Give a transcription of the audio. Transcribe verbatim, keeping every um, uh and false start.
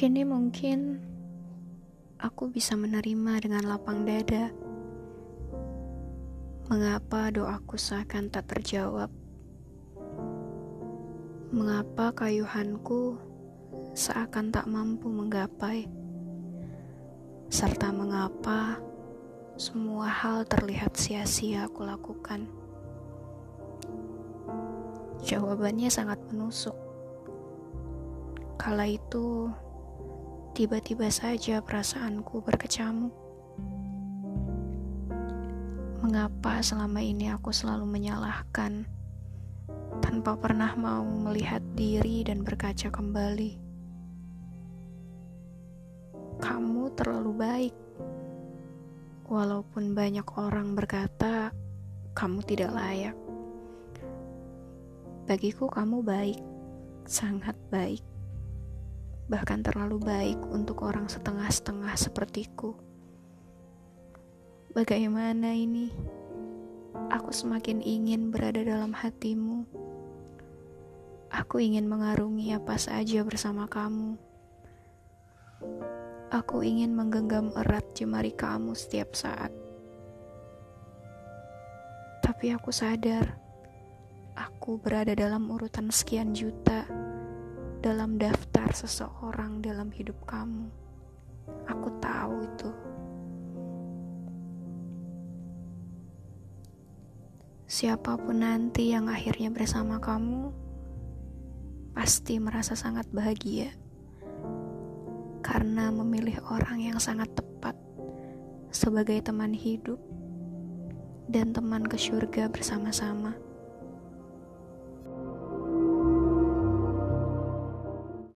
Kini mungkin aku bisa menerima dengan lapang dada. Mengapa doaku seakan tak terjawab? Mengapa kayuhanku seakan tak mampu menggapai? Serta mengapa semua hal terlihat sia-sia aku lakukan? Jawabannya sangat menusuk. Kala itu, tiba-tiba saja perasaanku berkecamuk. Mengapa selama ini aku selalu menyalahkan, tanpa pernah mau melihat diri dan berkaca kembali? Kamu terlalu baik. Walaupun banyak orang berkata, kamu tidak layak. Bagiku kamu baik, sangat baik. Bahkan terlalu baik untuk orang setengah-setengah sepertiku. Bagaimana ini? Aku semakin ingin berada dalam hatimu. Aku ingin mengarungi apa saja bersama kamu. Aku ingin menggenggam erat jemari kamu setiap saat. Tapi aku sadar, aku berada dalam urutan sekian juta dalam daftar seseorang dalam hidup kamu. Aku tahu itu. Siapapun nanti yang akhirnya bersama kamu, pasti merasa sangat bahagia. Karena memilih orang yang sangat tepat sebagai teman hidup dan teman ke surga bersama-sama.